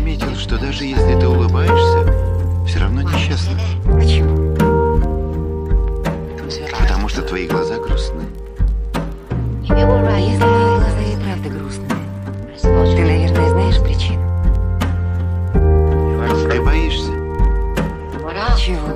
заметил, что даже если ты улыбаешься, все равно несчастна. Почему? Потому что твои глаза грустные. А если мои глаза и правда грустные? Ты, наверное, знаешь причину. Ты боишься Чего?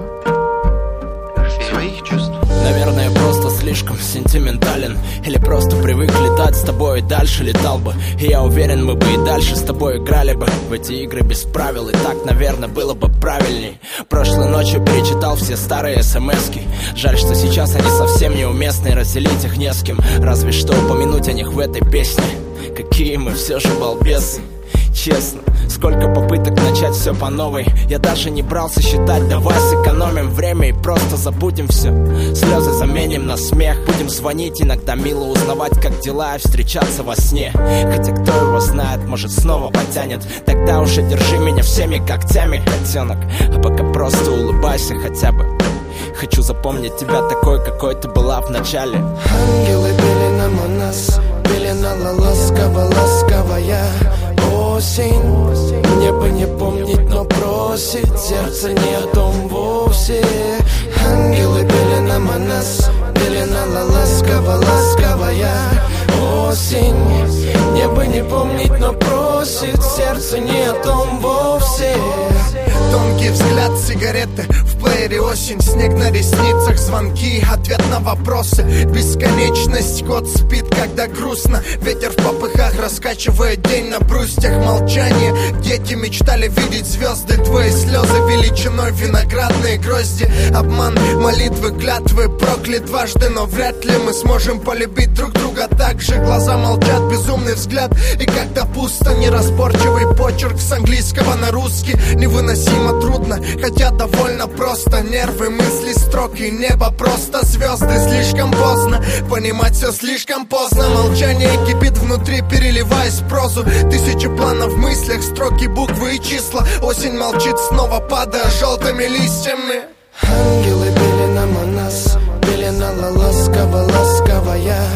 своих чувств. Наверное, просто слишком сентиментален. Или просто привык летать с тобой, и дальше летал бы. И я уверен, мы бы и дальше с тобой играли бы в эти игры без правил. И так, наверное, было бы правильней. Прошлой ночью перечитал все старые смски. Жаль, что сейчас они совсем неуместны, разделить их не с кем. Разве что упомянуть о них в этой песне. Какие мы все же балбесы. Честно, сколько попыток начать все по новой. Я даже не брался считать. Давай сэкономим время и просто забудем все. Слезы заменим на смех. Будем звонить иногда, мило узнавать, как дела, и встречаться во сне. Хотя кто его знает, может снова потянет. Тогда уже держи меня всеми когтями, котенок. А пока просто улыбайся хотя бы. Хочу запомнить тебя такой, какой ты была в начале. Ангелы пели нам о нас, пеленала ласково-ласковая осень. Мне бы не помнить, но просит сердце не о том вовсе. Ангелы пели нам о нас, пеленала ласково-ласковая осень. Мне бы не помнить, но просит сердце не о том вовсе. Тонкий взгляд сигареты, в плеере осень, снег на ресницах, звонки, ответ на вопросы. Бесконечность, кот спит, когда грустно. Ветер в попыхах раскачивает день на брустьях. Молчание, дети мечтали видеть звезды. Твои слезы величиной виноградные грозди. Обман, молитвы, клятвы, проклят дважды. Но вряд ли мы сможем полюбить друг друга так же. Глаза молчат, безумный взгляд, и как-то пусто. Неразборчивый почерк с английского на русский. Невыносимо трудно, хотя довольно просто. Нервы, мысли, строки, небо, просто звезды. Слишком поздно, понимать все слишком поздно. Молчание кипит внутри, переливаясь в прозу. Тысячи планов в мыслях, строки, буквы и числа. Осень молчит, снова падая желтыми листьями. Ангелы пели нам о нас, пеленала ласково-ласковая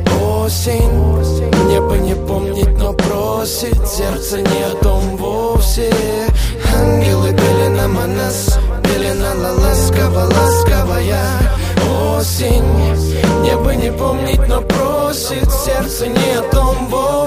осень. Мне бы не помнить, но просит сердце не о том вовсе. Ангелы пели нам о нас, пеленала ласково-ласковая осень. Мне бы не помнить, но просит сердце не о том вовсе.